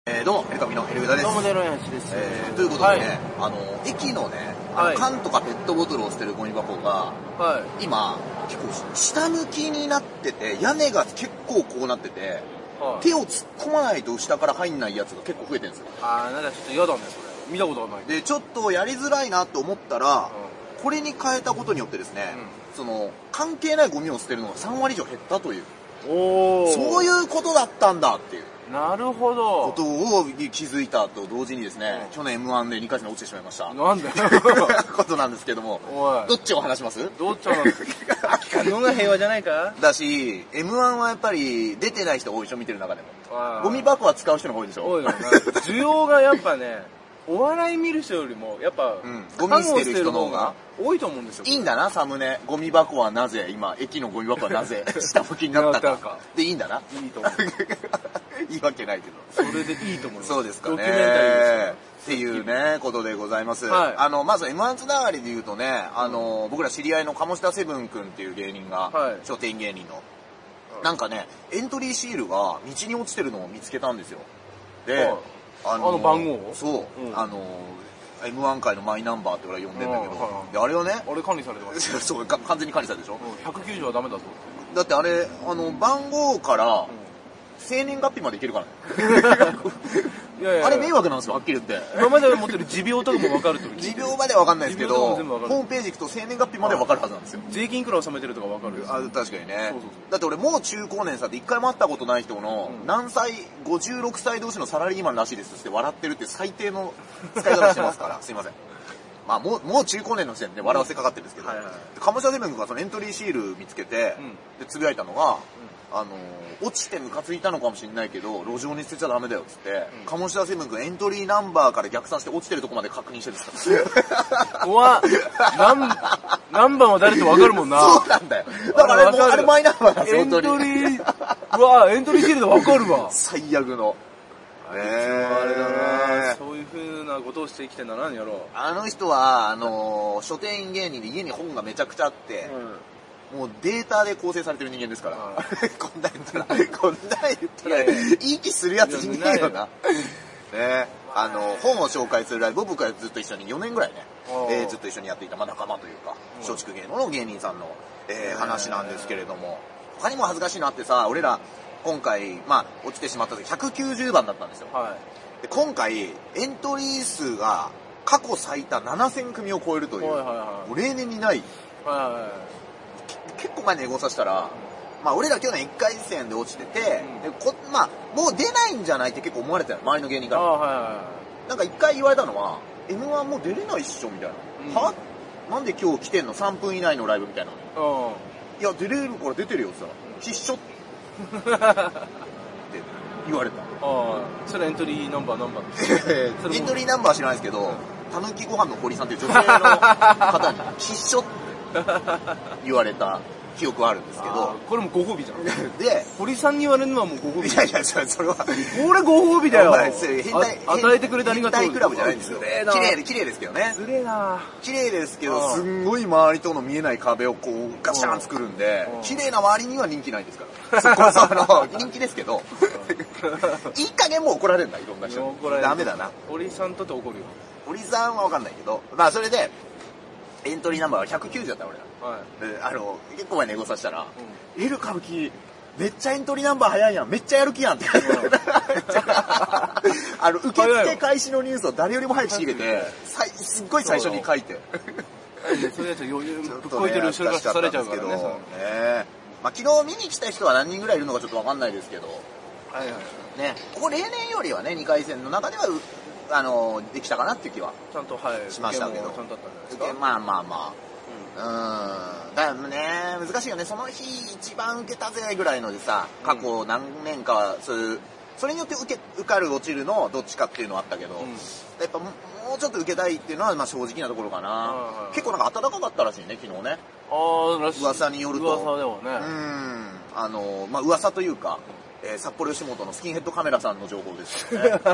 どうも、エルカミのエルウダです。 どうも、ネロヤンシです。 ということでね、駅のね、缶とかペットボトルを捨てるゴミ箱が、今、結構下向きになってて、屋根が結構こうなってて、手を突っ込まないと下から入んないやつが結構増えてるんですよ。 なんかちょっと嫌だね、それ。見たことがない。 で、ちょっとやりづらいなと思ったら、これに変えたことによってですね、関係ないゴミを捨てるのが3割以上減ったという。そういうことだったんだっていう。 なるほど。 ことを気づいたと同時にですね、去年 M1 で2回戦落ちてしまいました。 なんだよ。 ことなんですけども、どっちを話します？ どっちを話す？聞かんのが平和じゃないか？ だし、M1 はやっぱり出てない人多いでしょ、見てる中でも。ゴミ箱は使う人の方が多いでしょ。 多いよね。需要がやっぱね、お笑い見る人よりも、やっぱ、 ゴミ捨てる人の方が多いと思うんですよ。 いいんだな、サムネ。ゴミ箱はなぜ、今、駅のゴミ箱はなぜ、下向きになったか。で、いいんだな。 いいと思う。 いいわけないけど。 それでいいと思います。 そうですかね。 ドキュメンタリーですよ。 っていうね、ことでございます。まず M1 つながりで言うとね、僕ら知り合いの鴨下セブン君っていう芸人が、書店芸人の、なんかね、エントリーシールが道に落ちてるのを見つけたんですよ。で、 番号そう、M1 界のマイナンバーって俺は呼んでんだけど、で、あれはね、 あれ管理されてます。 そう、完全に管理されてるでしょ。 190はダメだぞ。 だってあれ、番号から、生年月日までいけるからね。あれ迷惑なんですよ、はっきり言って。 今まで持ってる持病とかも分かるってこと？ 持病までは分かんないですけど、ホームページ行くと生年月日まで分かるはずなんですよ。 税金いくら納めてるとか分かる。 確かにね。だって俺もう中高年さって一回も会ったことない人の、何歳、56歳同士のサラリーマンらしいですって笑ってるって最低の使い方してますから、すいません。まあもう中高年の時点で笑わせかかってるんですけど、鴨下セブン君がそのエントリーシール見つけて、で、つぶやいたのが、落ちてムカついたのかもしれないけど、路上に捨てちゃダメだよっつって、鴨下セブン君エントリーナンバーから逆算して落ちてるとこまで確認してるんですか怖っ。何番は誰と分かるもんな。 そうなんだよ。だからあれマイナンバーなんですよ、 エントリー、エントリーシールで分かるわ。 最悪の。 あれだな、そういう風なことをして生きてんだな、何やろう。 あの人は、書店芸人で家に本がめちゃくちゃあって、もうデータで構成されてる人間ですから。こんな言ったら、いい気するやついねえよな。ね、本を紹介するライブを僕はずっと一緒に4年ぐらいね、ずっと一緒にやっていた、仲間というか、松竹芸能の芸人さんの、話なんですけれども、他にも恥ずかしいのあってさ、俺ら、今回、落ちてしまった時190番だったんですよ。で今回、エントリー数が過去最多7000組を超えるという、もう例年にない、結構前にエゴさせたら、俺ら去年1回戦で落ちてて、でもう出ないんじゃないって結構思われてたよ、周りの芸人から。なんか1回言われたのは、M1 もう出れないっしょみたいな。は？なんで今日来てんの ?3 分以内のライブみたいな。いや、出れるから出てるよって言ったら、必勝って言われた。 それエントリーナンバー何番ですか？ エントリーナンバーは知らないですけど、たぬきご飯の堀さんっていう女性の方に必勝って言われた記憶はあるんですけど、 これもご褒美じゃん。 で、 堀さんに言われるのはもうご褒美。 いやそれはこれご褒美だよ。与えてくれてありがとう。 変態クラブじゃないんですよ。綺麗ですけどね。 ずれえな。 綺麗ですけど、すんごい周りとの見えない壁をこうガシャン作るんで、綺麗な周りには人気ないんですから。人気ですけど、いい加減もう怒られるんだ、いろんな人。ダメだな。 堀さんとって怒るよ。 堀さんはわかんないけど、それで、エントリーナンバーは190だった俺ら。結構前にエゴさせたら、エル歌舞伎、めっちゃエントリーナンバー早いやん、めっちゃやる気やんって。受付開始のニュースを誰よりも早く仕入れて、すっごい最初に書いて。 そういうやつ余裕ぶっこいてる後ろからされちゃうからね。 昨日見に来た人は何人ぐらいいるのかちょっとわかんないですけど、ね、ここ例年よりはね、2回戦の中では、できたかなっていう気はしましたけど。だからね、難しいよね。その日一番受けたぜぐらいのでさ、過去何年か、それによって受かる落ちるのどっちかっていうのはあったけど、やっぱもうちょっと受けたいっていうのは正直なところかな。結構なんか暖かかったらしいね、昨日ね。噂によると。 噂ではね。 噂というか、札幌吉本のスキンヘッドカメラさんの情報ですよね。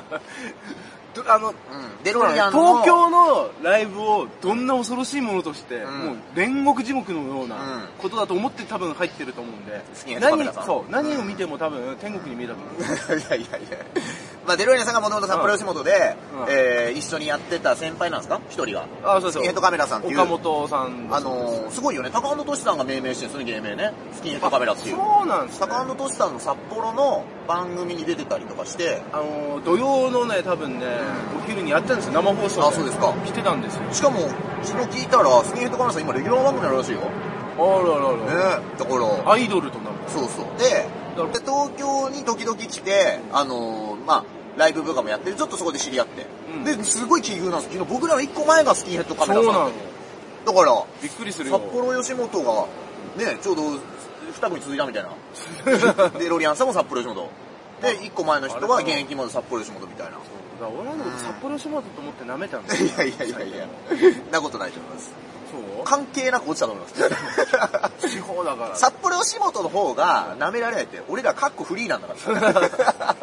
デロリアンの東京のライブをどんな恐ろしいものとして、もう煉獄地獄のようなことだと思って多分入ってると思うんで、何を見ても多分天国に見えたと思う。 いやまあ、デロリアンさんがもともと札幌吉本で、一緒にやってた先輩なんですか一人が。 そうスキンヘッドカメラさんっていう。 岡本さん。 すごいよね。高安俊さんが命名してるんですよね、芸名ね。スキンヘッドカメラっていう。 そうなんですね。 高安俊さんの札幌の番組に出てたりとかして。 土曜のね、多分ね、お昼にやってたんですよ、生放送で。 そうですか。 来てたんですよ。 しかも、昨日聞いたら、スキンヘッドカメラさん今レギュラー番組あるらしいよ。 あら。 ね、だから。 アイドルとなる。 そう。で、東京に時々来て、まあ、ライブとかもやってる、ちょっとそこで知り合って。で、すごい奇遇なんです。昨日僕らの1個前がスキンヘッドカメラさん。そうなの。だから、 びっくりするよ。 札幌吉本が、ね、ちょうど2組続いたみたいな。で、ロリアンさんも札幌吉本。で、1個前の人は現役まで札幌吉本みたいな。 俺のこと札幌吉本と思って舐めたんだよ。 いや。なことないと思います。 そう関係なく落ちたと思います。 地方だから。 札幌吉本の方が舐められないって、俺らカッコフリーなんだから。ね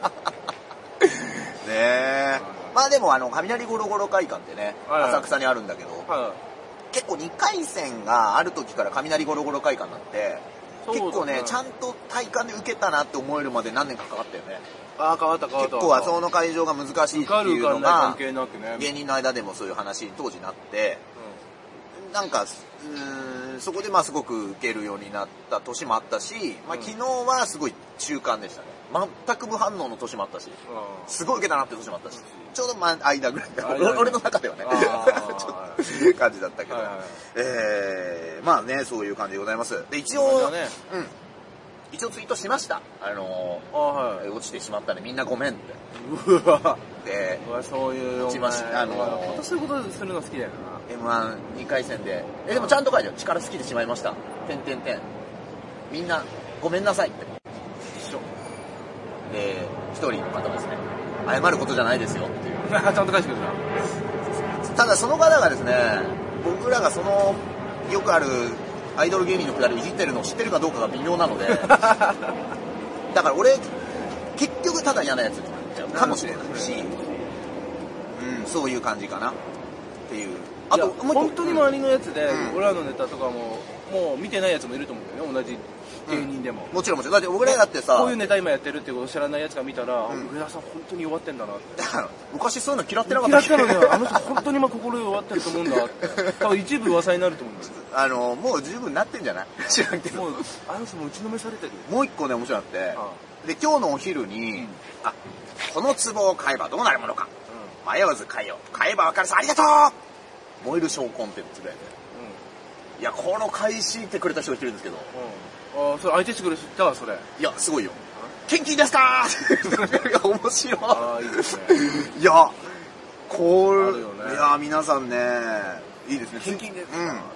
え。まあでも雷ゴロゴロ会館ってね、浅草にあるんだけど、結構2回戦がある時から雷ゴロゴロ会館になって、結構ね、ちゃんと体感で受けたなって思えるまで何年かかかったよね。 変わった。 結構その会場が難しいっていうのが、芸人の間でもそういう話に当時なって、なんか、そこでまあすごく受けるようになった年もあったし、まあ昨日はすごい中間でしたね。全く無反応の年もあったし、すごい受けたなって年もあったし、ちょうど間ぐらい。俺の中ではね、ちょっと感じだったけど、まあね、そういう感じでございます。で、一応ツイートしました。落ちてしまったんでみんなごめんって。で、 そういう、 落ちました。 そういうことするの好きだよな。M12 回戦で。でもちゃんと書いてある。力尽きてしまいました。みんな、ごめんなさいって。 一緒。 で、一人の方ですね。謝ることじゃないですよっていう。 ちゃんと返してくれただその方がですね、僕らがよくあるアイドル芸人のくだりいじってるのを知ってるかどうかが微妙なので、だから俺、結局ただ嫌なやつになっちゃうかもしれないし、そういう感じかなっていう。 あと、本当に周りのやつで、俺らのネタとかもう見てないやつもいると思うんだよね、同じ芸人でも。 もちろん。だって僕らだってさ、 こういうネタ今やってるってことを知らないやつが見たら、上田さん本当に弱ってんだなって。 昔そういうの嫌ってなかったっけ？ 嫌ってたのに、あの人本当に今心弱ってると思うんだって。多分一部噂になると思うんですよ。 もう十分なってんじゃない？知らんけど。 もう、あの人も打ちのめされてる。 もう一個ね、面白くて、で、今日のお昼に、この壺を買えばどうなるものか。迷わず買えよ。買えばわかるさ、ありがとう！燃える証拠ってつぶやいて。いや、この返してくれた人がいるんですけど。 それ相手してくれたわ、それ。 いや、すごいよ。献金ですかーいや、面白い。 いいですね。 いや、いや、皆さんね、いいですね。 献金ですか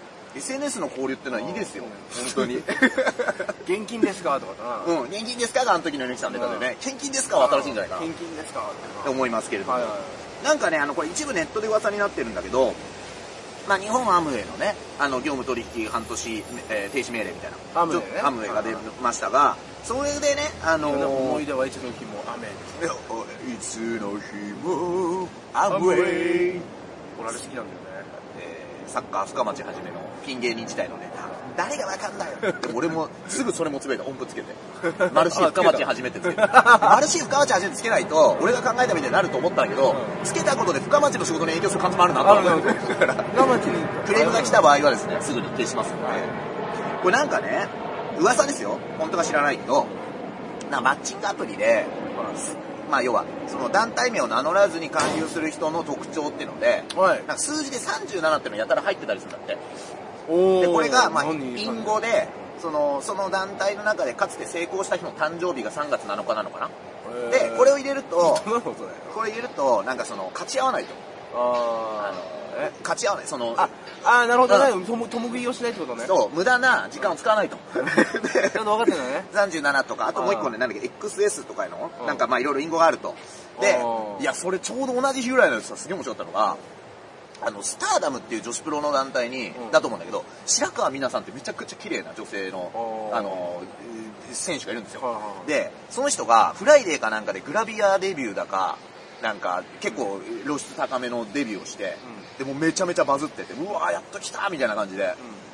SNS の交流ってのはいいですよ。本当に。 現金ですかとかな。現金ですかがあの時の猪木さんネタでね、献金ですかは新しいんじゃないかな。 献金ですかって思いますけれども。なんかね、これ一部ネットで噂になってるんだけど、まあ日本アムウェイのね、業務取引半年、停止命令みたいな。アムウェイが出ましたが、それでね、 思い出はいつの日も雨ですね。いつの日もアムウェイ。 これあれ好きなんだよね。 サッカー深町はじめのピン芸人時代のネタ。誰がわかんないよ。でも俺もすぐそれもつぶやいた、音符つけて。マルシー深町はじめってつけて。マルシー深町はじめつけないと、俺が考えたみたいになると思ったんだけど、つけたことで深町の仕事に影響する可能性もあるなと思って。 深町にクレームが来た場合はですね、すぐに消しますので。これなんかね、噂ですよ。本当か知らないけど、マッチングアプリで、まあ要は、その団体名を名乗らずに勧誘する人の特徴っていうので、なんか数字で37っていうのやたら入ってたりするんだって。で、これが、まあ、隠語で、その団体の中でかつて成功した日の誕生日が3月7日なのかな。で、これを入れると、なんか勝ち合わないと。勝ち合わない。 なるほどね。共食いをしないってことね。 そう、無駄な時間を使わないと。 ちゃんと分かってるのね。 37とか、あともう一個ね、なんだっけ、XS とかの、なんかまあいろいろ隠語があると。で、いや、それちょうど同じ日ぐらいのやつがすげえ面白かったのが、スターダムっていう女子プロの団体に、だと思うんだけど、白川美奈さんってめちゃくちゃ綺麗な女性の、選手がいるんですよ。で、その人がフライデーかなんかでグラビアデビューだか、なんか結構露出高めのデビューをして、でもめちゃめちゃバズってて、うわーやっと来たみたいな感じで、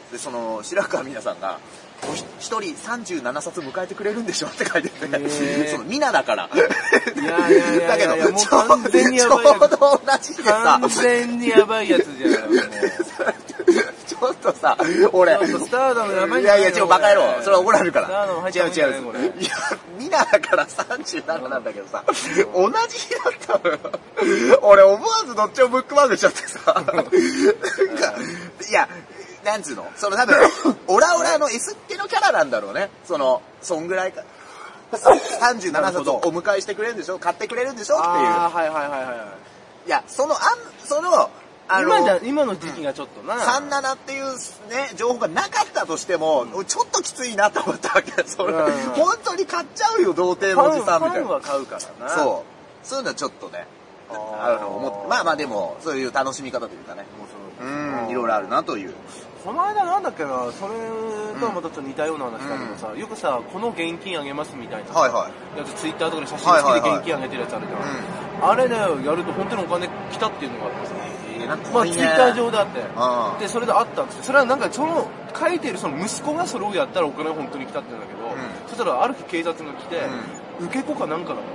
で、その、白川美奈さんが、一人37冊迎えてくれるんでしょって書いてて、その、美奈だから。 いやいやいやいや、だけど、もう完全にやばいやつ。 ちょうど同じでさ。 完全にやばいやつじゃん。 ちょっとさ、俺。 スターダムやばいんじゃない。いやいや、バカ野郎。それは怒られるから。 スターダム入っ違うてない違う。いや、ミナだから37なんだけどさ、同じ日だったのよ。俺思わずどっちもブックマークしちゃってさ、なんか、いや、なんつうのその多分、オラオラの S っ気のキャラなんだろうね。そんぐらいか。37冊をお迎えしてくれるんでしょ買ってくれるんでしょっていう。 はいはいはいはい。 いや、 今の時期がちょっとな。 37っていうね、情報がなかったとしても、ちょっときついなと思ったわけ。本当に買っちゃうよ、童貞のおじさんみたいな。 ファンは買うからな。 そう。そういうのはちょっとね、まあまあでも、そういう楽しみ方というかね。いろいろあるなという。 この間なんだっけな、それとはまたちょっと似たような話だけどさ、よくさ、この現金あげますみたいなやつ、ツイッターとかで写真付きで現金あげてるやつあるじゃん。あれね、やると本当にお金来たっていうのがあってさ、まあツイッター上であって、で、それであったんですよ。それはなんか書いてるその息子がそれをやったらお金が本当に来たって言うんだけど、そしたらある日警察が来て、受け子かなんかだった。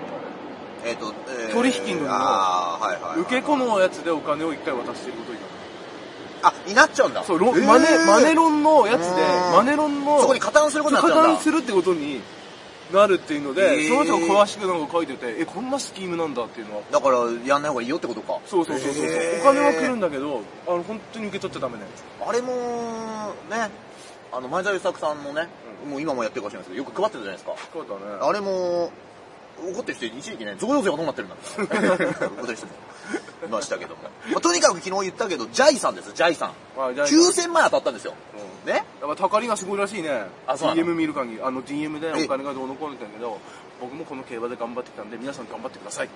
取引の受け子のやつでお金を一回渡してることになる。 になっちゃうんだ。 そう、マネロンのやつで、マネロンの、 そこに加担することになっちゃうんだ。 加担するってことになるっていうので、その人が詳しくなんか書いてて、こんなスキームなんだっていうのは。 だから、やんない方がいいよってことか。 そう。お金は来るんだけど、本当に受け取っちゃダメなやつ。 あれも、ね、前澤友作さんもね、もう今もやってるかもしれないですけど、よく配ってたじゃないですか。 配ったね。あれも、怒ってる人一時期ね、贈与税がどうなってるんだって。怒ってる人もいましたけども。とにかく昨日言ったけど、ジャイさんですよ、ジャイさん。9000万当たったんですよ。ね。 やっぱ、たかりがすごいらしいね。DM 見る限り、DM でお金がどうのこうのってんだけど、僕もこの競馬で頑張ってきたんで、皆さん頑張ってください。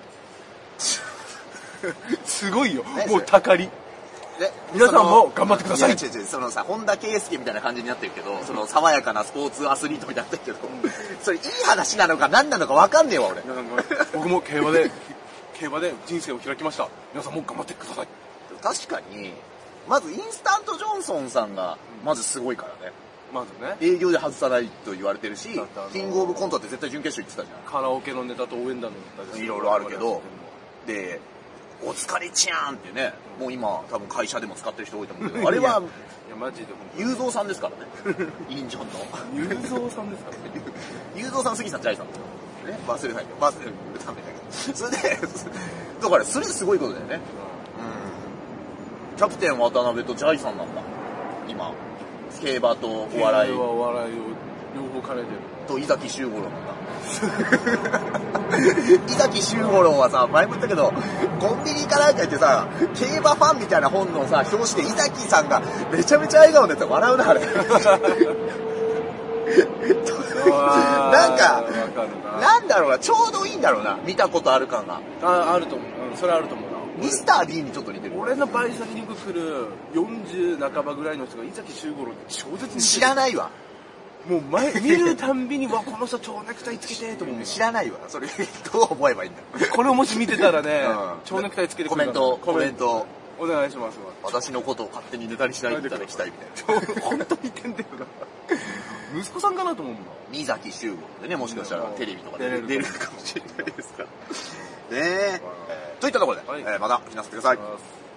すごいよ。もうたかり。皆さんも頑張ってください。 そのさ、本田圭佑みたいな感じになってるけど、その爽やかなスポーツアスリートみたいになってるけど、それいい話なのか何なのか分かんねえわ、俺。 僕も競馬で人生を開きました。皆さんも頑張ってください。 確かに、まずインスタントジョンソンさんが、まずすごいからね。 まずね。 営業で外さないと言われてるし、キングオブコントって絶対準決勝行ってたじゃん。 カラオケのネタと応援団のネタいろいろあるけど、で、お疲れちゃんってね、もう今多分会社でも使ってる人多いと思うけど、あれは、 マジで雄三さんですからね。インジョンの。 雄三さんですからね。 雄三さん、杉さん、ジャイさん。ね、忘れないで。忘れるためだけど。それで、だからそれすごいことだよね。キャプテン渡辺とジャイさんなんだ。今。競馬とお笑い。 お笑いを両方兼ねてる。 と、伊崎修五郎なんだ。伊崎修五郎はさ、前も言ったけど、コンビニかなんか行ってさ、競馬ファンみたいな本のさ、表紙で伊崎さんがめちゃめちゃ笑顔で笑うな、あれ。なんか、なんだろうな、ちょうどいいんだろうな、見たことある感が。 あると思う。それあると思うな。 ミスター D にちょっと似てる。 俺のバイト先によく来る40半ばぐらいの人が伊崎修五郎って超絶に似てる。 知らないわ。 もう見るたんびに、この人蝶ネクタイつけてと思う。 知らないわ。それ、どう思えばいいんだ。 これをもし見てたらね、蝶ネクタイつけてくれたらコメント。 お願いします。 私のことを勝手にネタにしないでいただきたいみたいな。本当に似てんだよな。息子さんかなと思うんだ。 三崎修吾でね、もしかしたらテレビとかで出るかもしれないですから。ねえ。といったところで、またお聞きなさってください。